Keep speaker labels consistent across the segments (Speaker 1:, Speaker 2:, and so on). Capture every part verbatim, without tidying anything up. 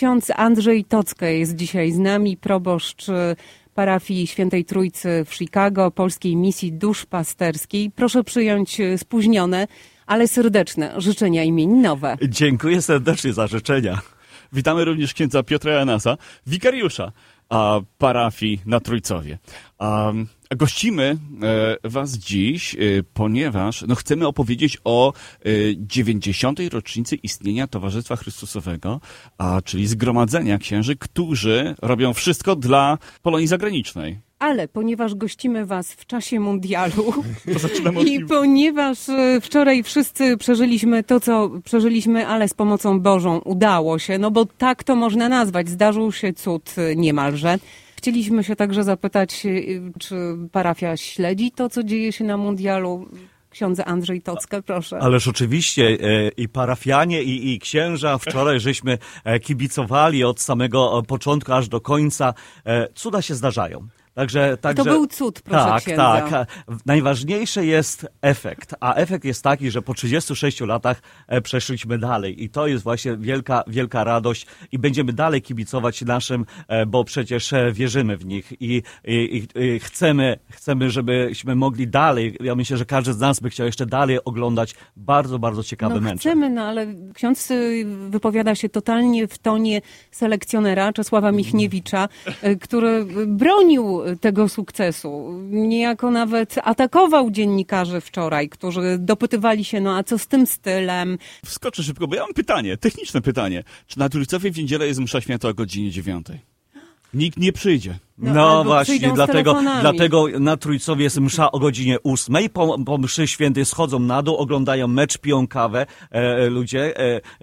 Speaker 1: ksiądz Andrzej Tocka jest dzisiaj z nami, proboszcz parafii Świętej Trójcy w Chicago, Polskiej Misji Duszpasterskiej. Proszę przyjąć spóźnione, ale serdeczne życzenia imieninowe.
Speaker 2: Dziękuję serdecznie za życzenia. Witamy również księdza Piotra Janasa, wikariusza a, parafii na Trójcowie. A, gościmy e, was dziś, e, ponieważ no, chcemy opowiedzieć o e, dziewięćdziesiątej rocznicy istnienia Towarzystwa Chrystusowego, a, czyli zgromadzenia księży, którzy robią wszystko dla Polonii zagranicznej.
Speaker 1: Ale ponieważ gościmy was w czasie mundialu
Speaker 2: to
Speaker 1: i ponieważ wczoraj wszyscy przeżyliśmy to, co przeżyliśmy, ale z pomocą Bożą udało się, no bo tak to można nazwać, zdarzył się cud niemalże. Chcieliśmy się także zapytać, czy parafia śledzi to, co dzieje się na mundialu. Ksiądz Andrzej Tocka, proszę.
Speaker 2: Ależ oczywiście i parafianie, i, i księża. Wczoraj żeśmy kibicowali od samego początku aż do końca. Cuda się zdarzają. Także, także,
Speaker 1: to był cud, proszę
Speaker 2: tak,
Speaker 1: księdza.
Speaker 2: Tak, najważniejszy jest efekt, a efekt jest taki, że po trzydziestu sześciu latach przeszliśmy dalej i to jest właśnie wielka, wielka radość i będziemy dalej kibicować naszym, bo przecież wierzymy w nich i, i, i chcemy, chcemy, żebyśmy mogli dalej, ja myślę, że każdy z nas by chciał jeszcze dalej oglądać bardzo, bardzo ciekawy
Speaker 1: no,
Speaker 2: mecz.
Speaker 1: Chcemy, no ale ksiądz wypowiada się totalnie w tonie selekcjonera Czesława Michniewicza, który bronił tego sukcesu. Niejako nawet atakował dziennikarzy wczoraj, którzy dopytywali się, no a co z tym stylem?
Speaker 3: Wskoczę szybko, bo ja mam pytanie, techniczne pytanie. Czy na Trójcowie w niedzielę jest msza święta o godzinie dziewiątej? Nikt nie przyjdzie.
Speaker 2: No, no właśnie, dlatego, dlatego na Trójcowie jest msza o godzinie ósmej. Po, po mszy świętej schodzą na dół, oglądają mecz, piją kawę e, ludzie, e, e,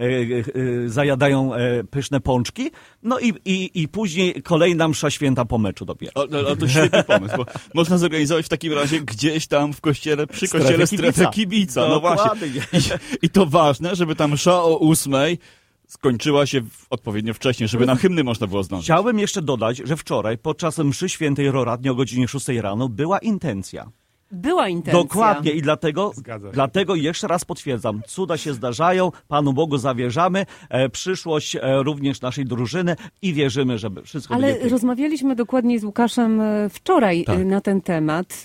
Speaker 2: e, zajadają e, pyszne pączki. No i, i, i później kolejna msza święta po meczu dopiero.
Speaker 3: O, no, to świetny pomysł, bo można zorganizować w takim razie gdzieś tam w kościele, przy strefę kościele strefę kibica. kibica. No właśnie. I, I to ważne, żeby ta msza o ósmej skończyła się odpowiednio wcześniej, żeby na hymny można było zdążyć.
Speaker 2: Chciałbym jeszcze dodać, że wczoraj podczas mszy świętej roratniej o godzinie szóstej rano była intencja.
Speaker 1: Była intencja.
Speaker 2: Dokładnie i dlatego, dlatego jeszcze raz potwierdzam, cuda się zdarzają, Panu Bogu zawierzamy, e, przyszłość e, również naszej drużyny i wierzymy, że wszystko
Speaker 1: Ale
Speaker 2: będzie pięknie.
Speaker 1: Rozmawialiśmy dokładnie z Łukaszem wczoraj
Speaker 2: tak.
Speaker 1: na ten temat,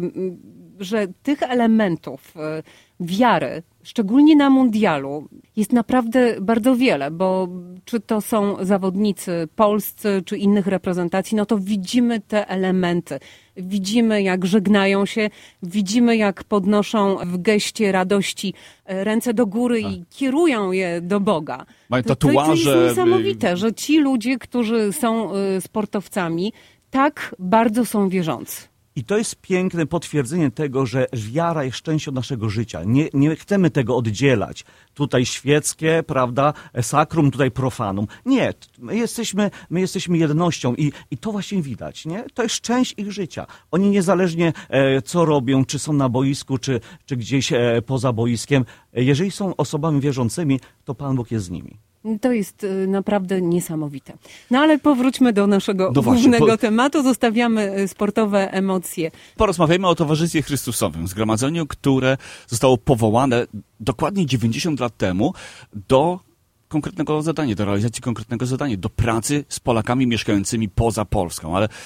Speaker 1: że tych elementów wiary, szczególnie na mundialu, jest naprawdę bardzo wiele, bo czy to są zawodnicy polscy, czy innych reprezentacji, no to widzimy te elementy. Widzimy, jak żegnają się, widzimy, jak podnoszą w geście radości ręce do góry tak. i kierują je do Boga.
Speaker 3: Mają
Speaker 1: to,
Speaker 3: tatuaże.
Speaker 1: To jest niesamowite, że ci ludzie, którzy są sportowcami, tak bardzo są wierzący.
Speaker 2: I to jest piękne potwierdzenie tego, że wiara jest częścią naszego życia. Nie, nie chcemy tego oddzielać. Tutaj świeckie, prawda, sakrum, tutaj profanum. Nie, my jesteśmy, my jesteśmy jednością i, i to właśnie widać, nie? To jest część ich życia. Oni niezależnie e, co robią, czy są na boisku, czy, czy gdzieś e, poza boiskiem, e, jeżeli są osobami wierzącymi, to Pan Bóg jest z nimi.
Speaker 1: To jest naprawdę niesamowite. No ale powróćmy do naszego
Speaker 3: no
Speaker 1: głównego
Speaker 3: po...
Speaker 1: tematu. Zostawiamy sportowe emocje.
Speaker 3: Porozmawiajmy o Towarzystwie Chrystusowym, zgromadzeniu, które zostało powołane dokładnie dziewięćdziesiąt lat temu do konkretnego zadania, do realizacji konkretnego zadania, do pracy z Polakami mieszkającymi poza Polską. Ale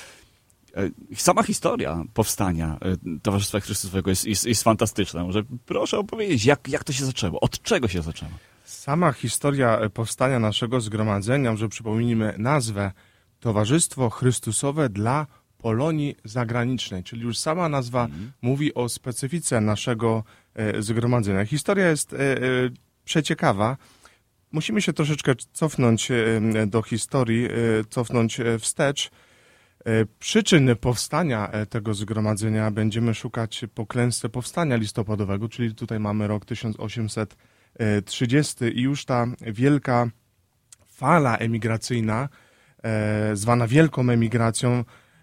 Speaker 3: sama historia powstania Towarzystwa Chrystusowego jest, jest, jest fantastyczna. Może proszę opowiedzieć, jak, jak to się zaczęło? Od czego się zaczęło?
Speaker 4: Sama historia powstania naszego zgromadzenia, że przypomnijmy nazwę, Towarzystwo Chrystusowe dla Polonii Zagranicznej, czyli już sama nazwa mm. mówi o specyfice naszego e, zgromadzenia. Historia jest e, e, przeciekawa. Musimy się troszeczkę cofnąć e, do historii, e, cofnąć e, wstecz. E, przyczyn powstania e, tego zgromadzenia będziemy szukać po klęsce powstania listopadowego, czyli tutaj mamy rok tysiąc osiemset trzydziesty i już ta wielka fala emigracyjna, e, zwana wielką emigracją,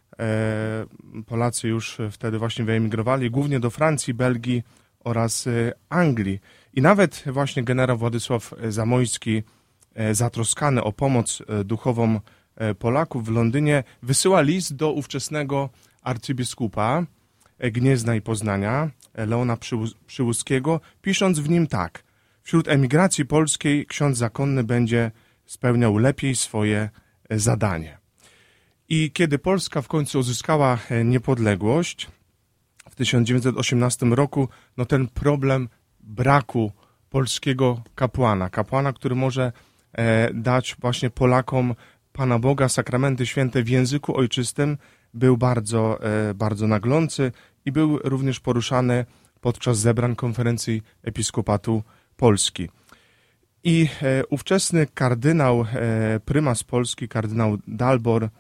Speaker 4: e, Polacy już wtedy właśnie wyemigrowali, głównie do Francji, Belgii oraz e, Anglii. I nawet właśnie generał Władysław Zamoyski, e, zatroskany o pomoc e, duchową e, Polaków w Londynie, wysyła list do ówczesnego arcybiskupa e, Gniezna i Poznania, e, Leona Przyłuskiego, pisząc w nim tak: wśród emigracji polskiej ksiądz zakonny będzie spełniał lepiej swoje zadanie. I kiedy Polska w końcu uzyskała niepodległość w tysiąc dziewięćset osiemnastym roku, no ten problem braku polskiego kapłana, kapłana, który może dać właśnie Polakom Pana Boga, sakramenty święte w języku ojczystym, był bardzo, bardzo naglący i był również poruszany podczas zebrań konferencji Episkopatu Polski. I e, ówczesny kardynał, e, prymas Polski, kardynał Dalbor, e,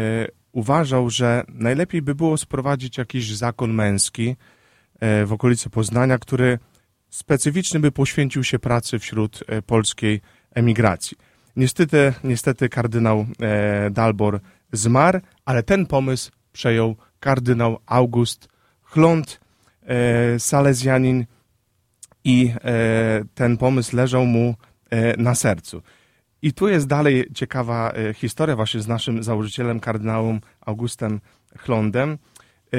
Speaker 4: uważał, że najlepiej by było sprowadzić jakiś zakon męski e, w okolicy Poznania, który specyficznie by poświęcił się pracy wśród e, polskiej emigracji. Niestety, niestety kardynał e, Dalbor zmarł, ale ten pomysł przejął kardynał August Chląd, e, salezjanin, i e, ten pomysł leżał mu e, na sercu. I tu jest dalej ciekawa e, historia właśnie z naszym założycielem, kardynałem Augustem Chlądem. E,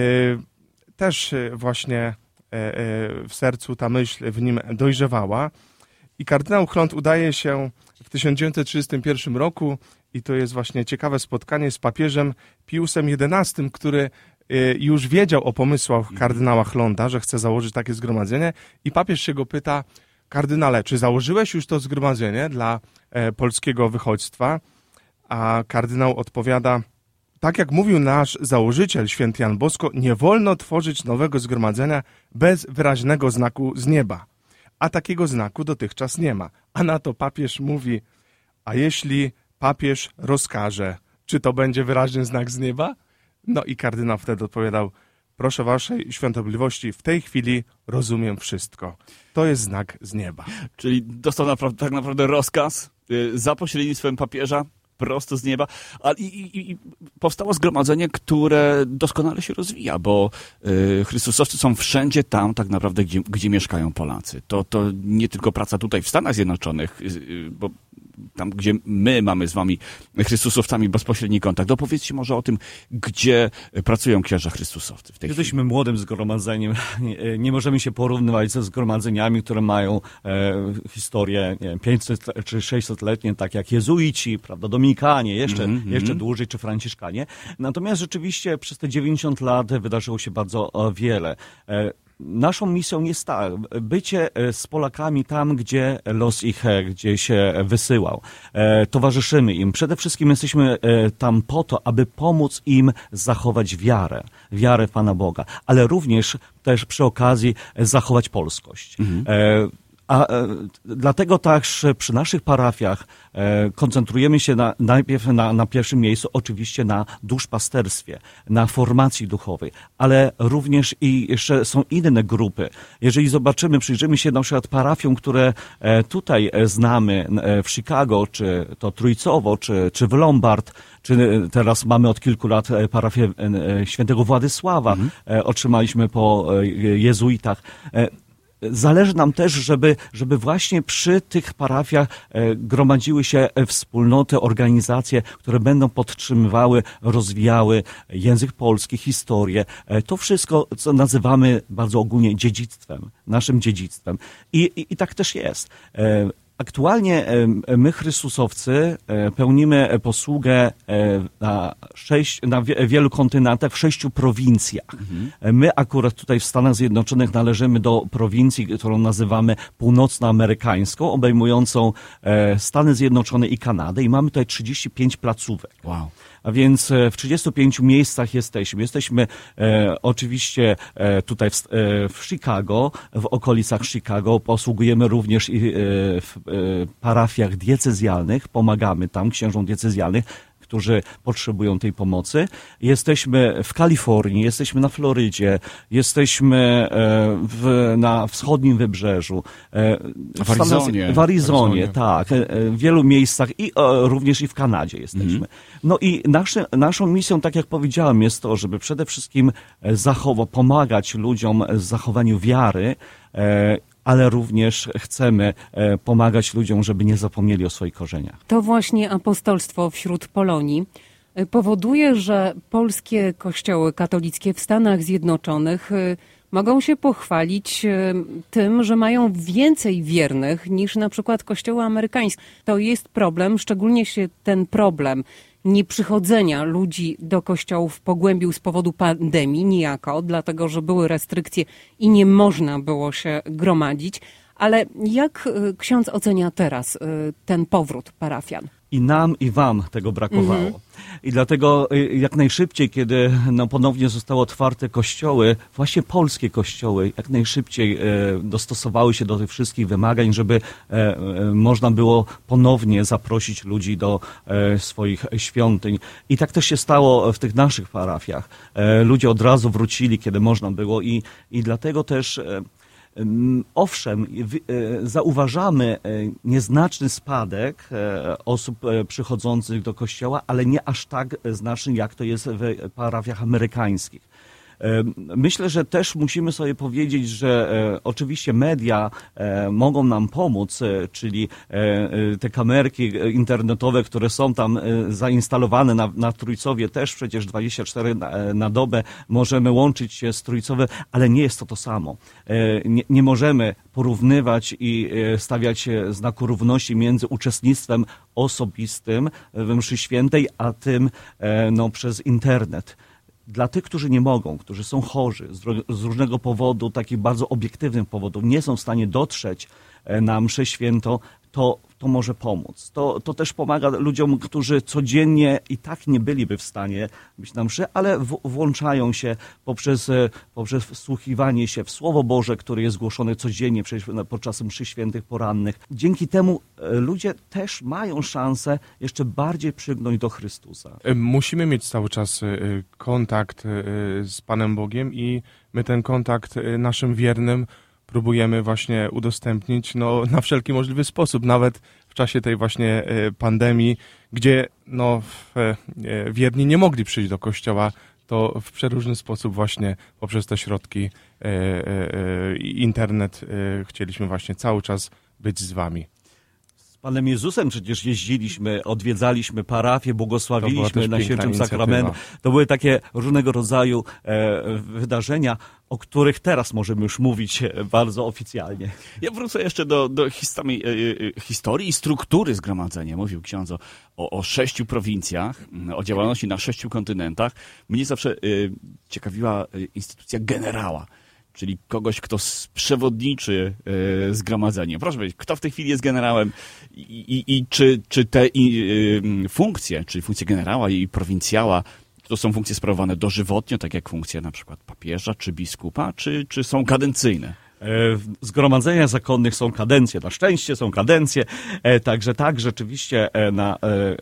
Speaker 4: też e, właśnie e, e, w sercu ta myśl w nim dojrzewała. I kardynał Chląd udaje się w tysiąc dziewięćset trzydziestym pierwszym roku, i to jest właśnie ciekawe spotkanie z papieżem Piusem jedenastym, który już wiedział o pomysłach kardynała Chląda, że chce założyć takie zgromadzenie, i papież się go pyta: kardynale, czy założyłeś już to zgromadzenie dla e, polskiego wychodźstwa? A kardynał odpowiada: tak jak mówił nasz założyciel, święty Jan Bosko, nie wolno tworzyć nowego zgromadzenia bez wyraźnego znaku z nieba. A takiego znaku dotychczas nie ma. A na to papież mówi: a jeśli papież rozkaże, czy to będzie wyraźny znak z nieba? No i kardynał wtedy odpowiadał: proszę waszej świątobliwości, w tej chwili rozumiem wszystko. To jest znak z nieba.
Speaker 3: Czyli dostał naprawdę, tak naprawdę rozkaz yy, za pośrednictwem papieża, prosto z nieba. A, i, i, i powstało zgromadzenie, które doskonale się rozwija, bo y, chrystusowcy są wszędzie tam tak naprawdę, gdzie, gdzie mieszkają Polacy. To, to nie tylko praca tutaj w Stanach Zjednoczonych, y, bo tam, gdzie my mamy z wami, chrystusowcami, bezpośredni kontakt. Opowiedzcie może o tym, gdzie pracują księża chrystusowcy w tej
Speaker 2: Jesteśmy
Speaker 3: chwili.
Speaker 2: młodym zgromadzeniem. Nie, nie możemy się porównywać ze zgromadzeniami, które mają e, historię nie wiem, pięćset czy sześćsetletnie, tak jak jezuici, prawda, dominikanie, jeszcze,
Speaker 3: Mm-hmm.
Speaker 2: jeszcze dłużej, czy franciszkanie. Natomiast rzeczywiście przez te dziewięćdziesiąt lat wydarzyło się bardzo o, wiele. E, Naszą misją jest tak, bycie z Polakami tam, gdzie los ich gdzieś wysyłał. E, towarzyszymy im. Przede wszystkim jesteśmy e, tam po to, aby pomóc im zachować wiarę, wiarę w Pana Boga, ale również też przy okazji zachować polskość. Mhm. E, A e, dlatego też przy naszych parafiach e, koncentrujemy się na, najpierw na, na pierwszym miejscu oczywiście na duszpasterstwie, na formacji duchowej, ale również i jeszcze są inne grupy. Jeżeli zobaczymy, przyjrzymy się na przykład parafiom, które e, tutaj e, znamy e, w Chicago, czy to Trójcowo, czy, czy w Lombard, czy teraz mamy od kilku lat parafię e, świętego Władysława, mhm. e, otrzymaliśmy po e, jezuitach. E, Zależy nam też, żeby, żeby właśnie przy tych parafiach e, gromadziły się wspólnoty, organizacje, które będą podtrzymywały, rozwijały język polski, historię. E, to wszystko, co nazywamy bardzo ogólnie dziedzictwem, naszym dziedzictwem. I, i, i tak też jest. E, Aktualnie my, chrystusowcy, pełnimy posługę na, sześć, na wielu kontynentach, w sześciu prowincjach. Mhm. My akurat tutaj w Stanach Zjednoczonych należymy do prowincji, którą nazywamy północnoamerykańską, obejmującą Stany Zjednoczone i Kanadę, i mamy tutaj trzydzieści pięć placówek.
Speaker 3: Wow.
Speaker 2: A więc w trzydziestu pięciu miejscach jesteśmy. Jesteśmy e, oczywiście e, tutaj w, e, w Chicago, w okolicach Chicago. Posługujemy również i e, w e, parafiach diecezjalnych. Pomagamy tam księżom diecezjalnych, którzy potrzebują tej pomocy. Jesteśmy w Kalifornii, jesteśmy na Florydzie, jesteśmy w, na wschodnim wybrzeżu.
Speaker 3: W Arizonie.
Speaker 2: W Arizonie, tak. W wielu miejscach i również i w Kanadzie jesteśmy. Mm. No i nasze, naszą misją, tak jak powiedziałem, jest to, żeby przede wszystkim zachować, pomagać ludziom w zachowaniu wiary, ale również chcemy pomagać ludziom, żeby nie zapomnieli o swoich korzeniach.
Speaker 1: To właśnie apostolstwo wśród Polonii powoduje, że polskie kościoły katolickie w Stanach Zjednoczonych mogą się pochwalić e, tym, że mają więcej wiernych niż na przykład kościoły amerykańskie. To jest problem, szczególnie się ten problem nieprzychodzenia ludzi do kościołów pogłębił z powodu pandemii niejako, dlatego że były restrykcje i nie można było się gromadzić. Ale jak e, ksiądz ocenia teraz e, ten powrót parafian?
Speaker 2: I nam, i wam tego brakowało. Mhm. I dlatego y, jak najszybciej, kiedy no, ponownie zostały otwarte kościoły, właśnie polskie kościoły, jak najszybciej e, dostosowały się do tych wszystkich wymagań, żeby e, e, można było ponownie zaprosić ludzi do e, swoich świątyń. I tak też się stało w tych naszych parafiach. E, ludzie od razu wrócili, kiedy można było i, i dlatego też e, Owszem, zauważamy nieznaczny spadek osób przychodzących do kościoła, ale nie aż tak znaczny, jak to jest w parafiach amerykańskich. Myślę, że też musimy sobie powiedzieć, że e, oczywiście media e, mogą nam pomóc, e, czyli e, te kamerki internetowe, które są tam e, zainstalowane na, na Trójcowie, też przecież dwadzieścia cztery na, na dobę możemy łączyć się z Trójcowem, ale nie jest to to samo. E, nie, nie możemy porównywać i e, stawiać znaku równości między uczestnictwem osobistym w mszy świętej, a tym e, no, przez internet. Dla tych, którzy nie mogą, którzy są chorzy z, z różnego powodu, takich bardzo obiektywnych powodów, nie są w stanie dotrzeć na mszę świętą, to, to może pomóc. To, to też pomaga ludziom, którzy codziennie i tak nie byliby w stanie być na mszy, ale w, włączają się poprzez, poprzez wsłuchiwanie się w Słowo Boże, które jest głoszone codziennie podczas mszy świętych porannych. Dzięki temu ludzie też mają szansę jeszcze bardziej przygnąć do Chrystusa.
Speaker 4: Musimy mieć cały czas kontakt z Panem Bogiem i my ten kontakt naszym wiernym próbujemy właśnie udostępnić no, na wszelki możliwy sposób, nawet w czasie tej właśnie pandemii, gdzie no, wierni nie mogli przyjść do kościoła, to w przeróżny sposób właśnie poprzez te środki internet chcieliśmy właśnie cały czas być z wami.
Speaker 2: Panem Jezusem przecież jeździliśmy, odwiedzaliśmy parafię, błogosławiliśmy na Świętym Sakramentu. To były takie różnego rodzaju e, wydarzenia, o których teraz możemy już mówić bardzo oficjalnie.
Speaker 3: Ja wrócę jeszcze do, do historii, e, historii i struktury zgromadzenia. Mówił ksiądz o, o sześciu prowincjach, o działalności na sześciu kontynentach. Mnie zawsze e, ciekawiła instytucja generała. Czyli kogoś, kto przewodniczy y, zgromadzenie. Proszę powiedzieć, kto w tej chwili jest generałem i, i, i czy, czy te i, y, funkcje, czyli funkcje generała i prowincjała, to są funkcje sprawowane dożywotnio, tak jak funkcje na przykład papieża czy biskupa, czy, czy są kadencyjne?
Speaker 2: W zgromadzeniach zakonnych są kadencje, na szczęście są kadencje, także tak, rzeczywiście na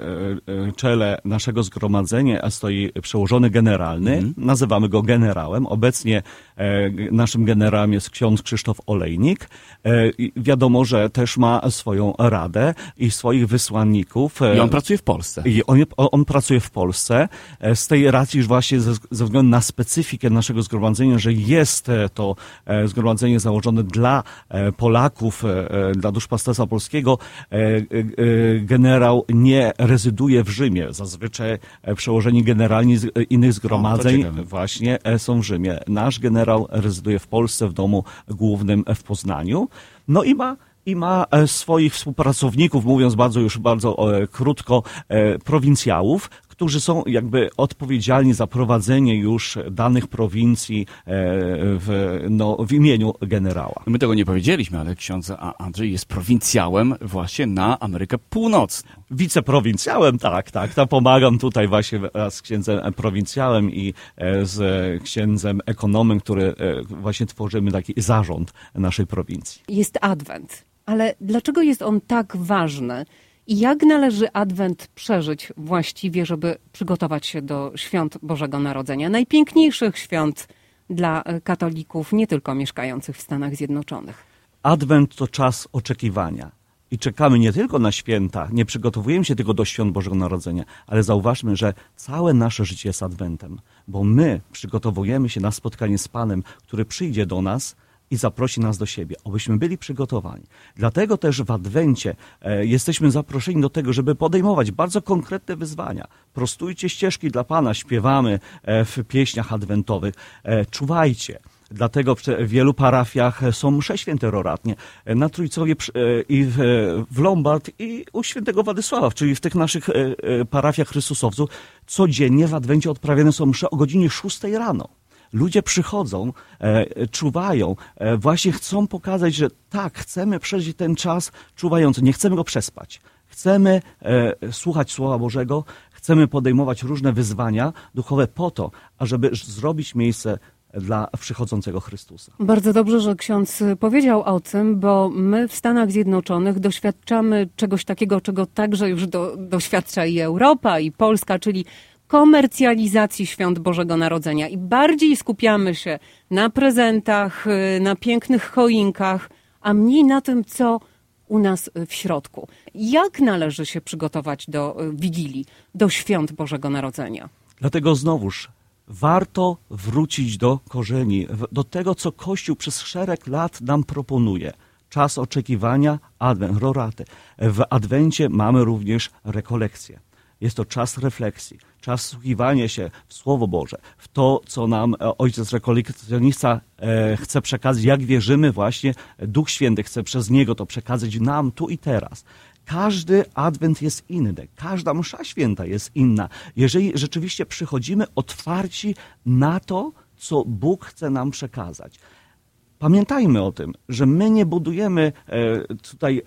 Speaker 2: czele naszego zgromadzenia stoi przełożony generalny, mm. nazywamy go generałem. Obecnie naszym generałem jest ksiądz Krzysztof Olejnik. Wiadomo, że też ma swoją radę i swoich wysłanników.
Speaker 3: I on pracuje w Polsce.
Speaker 2: I on, on pracuje w Polsce. Z tej racji, że właśnie ze, ze względu na specyfikę naszego zgromadzenia, że jest to zgromadzenie założone dla Polaków, dla duszpasterstwa polskiego, generał nie rezyduje w Rzymie. Zazwyczaj przełożeni generalni z innych zgromadzeń o, właśnie są w Rzymie. Nasz generał rezyduje w Polsce, w domu głównym w Poznaniu. No i ma I ma swoich współpracowników, mówiąc bardzo już bardzo e, krótko, e, prowincjałów, którzy są jakby odpowiedzialni za prowadzenie już danych prowincji e, w, no, w imieniu generała.
Speaker 3: My tego nie powiedzieliśmy, ale ksiądz Andrzej jest prowincjałem właśnie na Amerykę Północną.
Speaker 2: Wiceprowincjałem, tak, tak. To pomagam tutaj właśnie z księdzem prowincjałem i z księdzem ekonomem, który właśnie tworzymy taki zarząd naszej prowincji.
Speaker 1: Jest Adwent, ale dlaczego jest on tak ważny? I jak należy Adwent przeżyć właściwie, żeby przygotować się do świąt Bożego Narodzenia? Najpiękniejszych świąt dla katolików, nie tylko mieszkających w Stanach Zjednoczonych.
Speaker 2: Adwent to czas oczekiwania. I czekamy nie tylko na święta, nie przygotowujemy się tylko do świąt Bożego Narodzenia, ale zauważmy, że całe nasze życie jest Adwentem, bo my przygotowujemy się na spotkanie z Panem, który przyjdzie do nas i zaprosi nas do siebie, abyśmy byli przygotowani. Dlatego też w Adwencie e, jesteśmy zaproszeni do tego, żeby podejmować bardzo konkretne wyzwania. Prostujcie ścieżki dla Pana, śpiewamy e, w pieśniach adwentowych. E, czuwajcie. Dlatego w wielu parafiach są msze święte roratnie. Na Trójcowie i w Lombard i u świętego Władysława, czyli w tych naszych parafiach Chrystusowców codziennie w Adwencie odprawiane są msze o godzinie szóstej rano. Ludzie przychodzą, e, czuwają, e, właśnie chcą pokazać, że tak, chcemy przeżyć ten czas czuwający, nie chcemy go przespać. Chcemy e, słuchać Słowa Bożego, chcemy podejmować różne wyzwania duchowe po to, ażeby zrobić miejsce dla przychodzącego Chrystusa.
Speaker 1: Bardzo dobrze, że ksiądz powiedział o tym, bo my w Stanach Zjednoczonych doświadczamy czegoś takiego, czego także już do, doświadcza i Europa, i Polska, czyli komercjalizacji świąt Bożego Narodzenia i bardziej skupiamy się na prezentach, na pięknych choinkach, a mniej na tym, co u nas w środku. Jak należy się przygotować do Wigilii, do świąt Bożego Narodzenia?
Speaker 2: Dlatego znowuż warto wrócić do korzeni, do tego, co Kościół przez szereg lat nam proponuje. Czas oczekiwania, adwent, roraty. W adwencie mamy również rekolekcję. Jest to czas refleksji, czas wsłuchiwania się w Słowo Boże, w to, co nam ojciec rekolekcjonista chce przekazać, jak wierzymy właśnie, Duch Święty chce przez Niego to przekazać nam tu i teraz. Każdy adwent jest inny, każda msza święta jest inna. Jeżeli rzeczywiście przychodzimy otwarci na to, co Bóg chce nam przekazać. Pamiętajmy o tym, że my nie budujemy tutaj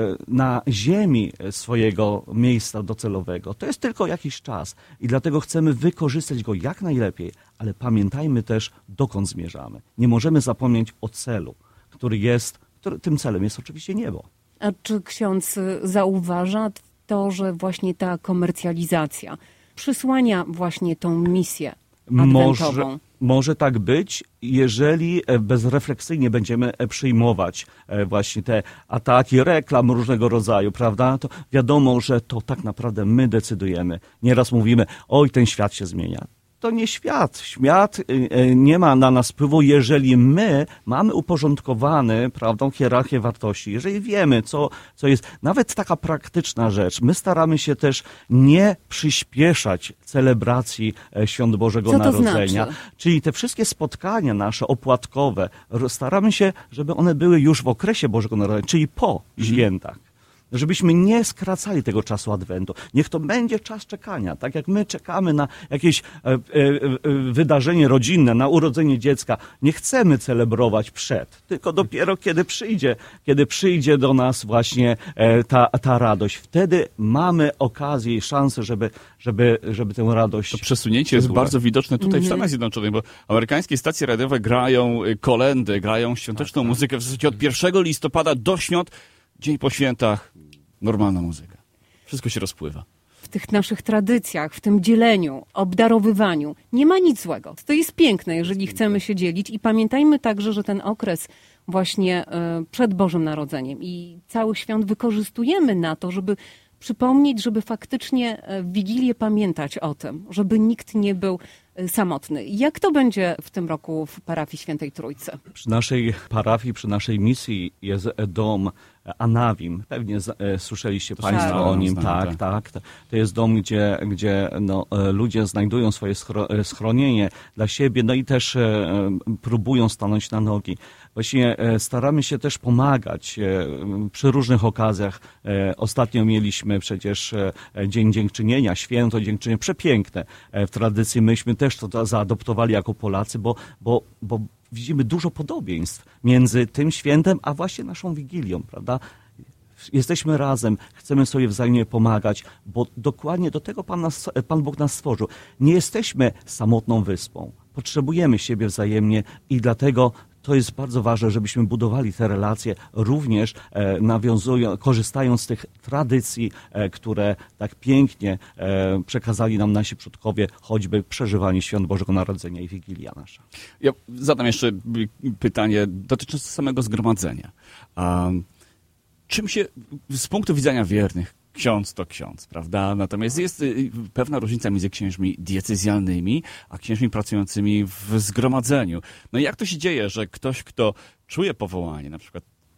Speaker 2: na ziemi swojego miejsca docelowego. To jest tylko jakiś czas i dlatego chcemy wykorzystać go jak najlepiej, ale pamiętajmy też, dokąd zmierzamy. Nie możemy zapomnieć o celu, który jest, który, tym celem jest oczywiście niebo.
Speaker 1: A czy ksiądz zauważa to, że właśnie ta komercjalizacja przysłania właśnie tą misję adwentową?
Speaker 2: Może, może tak być, jeżeli bezrefleksyjnie będziemy przyjmować właśnie te ataki reklam różnego rodzaju, prawda? To wiadomo, że to tak naprawdę my decydujemy. Nieraz mówimy, oj, ten świat się zmienia. To nie świat. Świat nie ma na nas wpływu, jeżeli my mamy uporządkowany, prawdą, hierarchię wartości. Jeżeli wiemy, co, co jest, nawet taka praktyczna rzecz, my staramy się też nie przyspieszać celebracji Świąt Bożego
Speaker 1: co to
Speaker 2: Narodzenia.
Speaker 1: Znaczy?
Speaker 2: Czyli te wszystkie spotkania nasze opłatkowe, staramy się, żeby one były już w okresie Bożego Narodzenia, czyli po mhm. świętach. Żebyśmy nie skracali tego czasu Adwentu. Niech to będzie czas czekania. Tak jak my czekamy na jakieś e, e, e, wydarzenie rodzinne, na urodzenie dziecka. Nie chcemy celebrować przed, tylko dopiero kiedy przyjdzie, kiedy przyjdzie do nas właśnie e, ta, ta radość. Wtedy mamy okazję i szansę, żeby, żeby, żeby tę radość...
Speaker 3: To przesunięcie jest bardzo widoczne tutaj w Stanach Zjednoczonych, bo amerykańskie stacje radiowe grają kolędy, grają świąteczną tak, muzykę w zasadzie od pierwszego listopada do świąt. Dzień po świętach, normalna muzyka. Wszystko się rozpływa.
Speaker 1: W tych naszych tradycjach, w tym dzieleniu, obdarowywaniu nie ma nic złego. To jest piękne, jeżeli chcemy się dzielić i pamiętajmy także, że ten okres właśnie przed Bożym Narodzeniem i cały świąt wykorzystujemy na to, żeby przypomnieć, żeby faktycznie w Wigilię pamiętać o tym, żeby nikt nie był samotny. Jak to będzie w tym roku w parafii Świętej Trójcy?
Speaker 2: Przy naszej parafii, przy naszej misji jest dom Anawim. Pewnie z, e, słyszeliście Państwo
Speaker 1: tak.
Speaker 2: o nim.
Speaker 3: Znam,
Speaker 2: tak, tak, tak. To jest dom, gdzie, gdzie no, ludzie znajdują swoje schro, schronienie dla siebie, no i też e, próbują stanąć na nogi. Właśnie e, staramy się też pomagać e, przy różnych okazjach. E, ostatnio mieliśmy przecież e, Dzień Dziękczynienia, Święto Dziękczynienia, przepiękne. E, w tradycji myśmy też to zaadoptowali jako Polacy, bo, bo, bo widzimy dużo podobieństw między tym świętem, a właśnie naszą Wigilią, prawda? Jesteśmy razem, chcemy sobie wzajemnie pomagać, bo dokładnie do tego Pan, nas, Pan Bóg nas stworzył. Nie jesteśmy samotną wyspą. Potrzebujemy siebie wzajemnie i dlatego to jest bardzo ważne, żebyśmy budowali te relacje, również e, nawiązują, korzystając z tych tradycji, e, które tak pięknie e, przekazali nam nasi przodkowie, choćby przeżywanie Świąt Bożego Narodzenia i Wigilia nasza.
Speaker 3: Ja zadam jeszcze pytanie dotyczące samego zgromadzenia. Um, czym się, z punktu widzenia wiernych, ksiądz to ksiądz, prawda? Natomiast jest pewna różnica między księżmi diecezjalnymi, a księżmi pracującymi w zgromadzeniu. No i jak to się dzieje, że ktoś, kto czuje powołanie, na przykład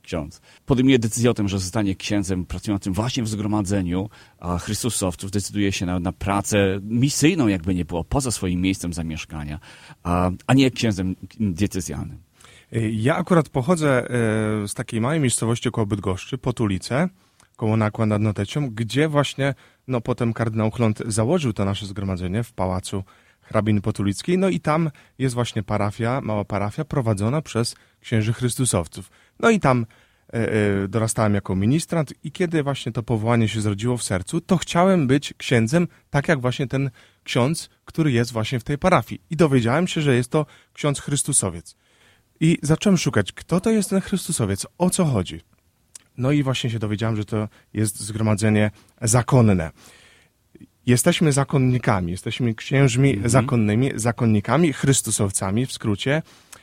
Speaker 3: ksiądz podejmuje decyzję o tym, że zostanie księdzem, pracuje na tym właśnie w zgromadzeniu, a chrystusowców decyduje się na, na pracę misyjną, jakby nie było, poza swoim miejscem zamieszkania, a, a nie księdzem diecezjalnym.
Speaker 4: Ja akurat pochodzę z takiej małej miejscowości koło Bydgoszczy, Potulice, koło Nakła nad Notecią, gdzie właśnie no, potem kardynał Chląd założył to nasze zgromadzenie w Pałacu Hrabiny Potulickiej. No i tam jest właśnie parafia, mała parafia prowadzona przez księży chrystusowców. No i tam e, e, dorastałem jako ministrant i kiedy właśnie to powołanie się zrodziło w sercu, to chciałem być księdzem, tak jak właśnie ten ksiądz, który jest właśnie w tej parafii. I dowiedziałem się, że jest to ksiądz chrystusowiec. I zacząłem szukać, kto to jest ten chrystusowiec, o co chodzi. No i właśnie się dowiedziałem, że to jest zgromadzenie zakonne. Jesteśmy zakonnikami, jesteśmy księżmi mhm. zakonnymi, zakonnikami, chrystusowcami w skrócie.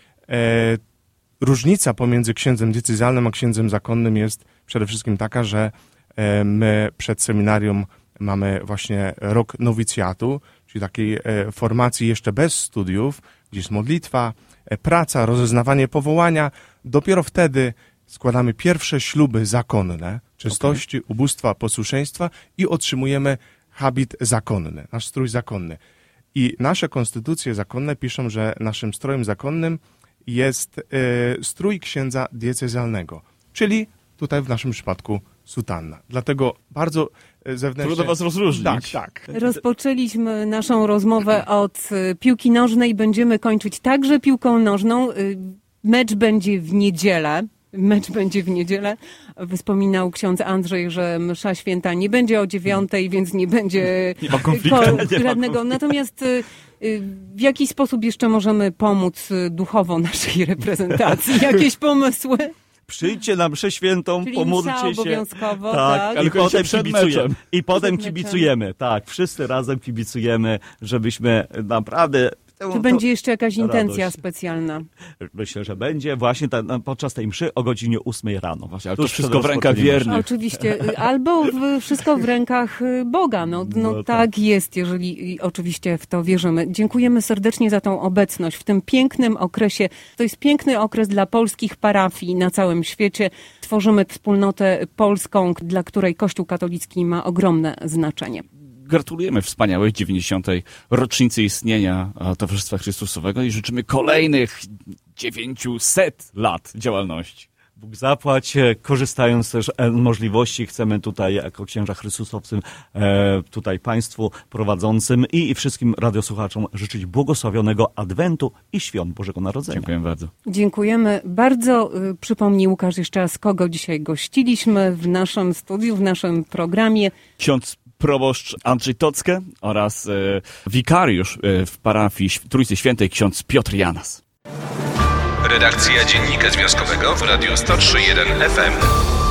Speaker 4: E, różnica pomiędzy księdzem diecezjalnym a księdzem zakonnym jest przede wszystkim taka, że e, my przed seminarium mamy właśnie rok nowicjatu, czyli takiej e, formacji jeszcze bez studiów, gdzie jest modlitwa, e, praca, rozeznawanie powołania. Dopiero wtedy składamy pierwsze śluby zakonne, czystości, okay. ubóstwa, posłuszeństwa i otrzymujemy habit zakonny, nasz strój zakonny. I nasze konstytucje zakonne piszą, że naszym strojem zakonnym jest y, strój księdza diecezjalnego, czyli tutaj w naszym przypadku sutanna. Dlatego bardzo zewnętrznie...
Speaker 3: Trudno was rozróżnić.
Speaker 4: Tak, tak.
Speaker 1: Rozpoczęliśmy naszą rozmowę od piłki nożnej, będziemy kończyć także piłką nożną. Mecz będzie w niedzielę. Mecz będzie w niedzielę. Wspominał ksiądz Andrzej, że msza święta nie będzie o dziewiątej, więc nie będzie
Speaker 3: nie ma konfliktu.
Speaker 1: Ko- żadnego. Natomiast w jaki sposób jeszcze możemy pomóc duchowo naszej reprezentacji? Jakieś pomysły?
Speaker 2: Przyjdźcie na mszę świętą,
Speaker 1: Czyli
Speaker 2: pomódlcie
Speaker 1: msza
Speaker 2: się.
Speaker 1: obowiązkowo,
Speaker 2: tak,
Speaker 1: tak.
Speaker 2: I potem kibicujemy. I potem
Speaker 1: Przed
Speaker 2: kibicujemy. Tak, wszyscy razem kibicujemy, żebyśmy naprawdę...
Speaker 1: Czy to będzie jeszcze jakaś intencja
Speaker 2: radość.
Speaker 1: specjalna?
Speaker 2: Myślę, że będzie właśnie ta, podczas tej mszy o godzinie ósmej rano.
Speaker 3: Właśnie, ale to wszystko w rękach wiernych.
Speaker 1: Oczywiście. Albo w, wszystko w rękach Boga. No, no, no tak. tak jest, jeżeli oczywiście w to wierzymy. Dziękujemy serdecznie za tą obecność w tym pięknym okresie. To jest piękny okres dla polskich parafii na całym świecie. Tworzymy wspólnotę polską, dla której Kościół katolicki ma ogromne znaczenie.
Speaker 3: Gratulujemy wspaniałej dziewięćdziesiątej rocznicy istnienia Towarzystwa Chrystusowego i życzymy kolejnych dziewięciuset lat działalności.
Speaker 2: Bóg zapłać, korzystając też z możliwości, chcemy tutaj jako księża chrystusowcym, tutaj Państwu prowadzącym i wszystkim radiosłuchaczom życzyć błogosławionego Adwentu i świąt Bożego Narodzenia.
Speaker 3: Dziękuję bardzo.
Speaker 1: Dziękujemy bardzo. Przypomnij Łukasz jeszcze raz, kogo dzisiaj gościliśmy w naszym studiu, w naszym programie.
Speaker 3: Ksiądz proboszcz Andrzej Tockę oraz e, wikariusz e, w parafii Trójcy Świętej ksiądz Piotr Janas.
Speaker 5: Redakcja Dziennika Związkowego w Radiu sto trzy jeden F M.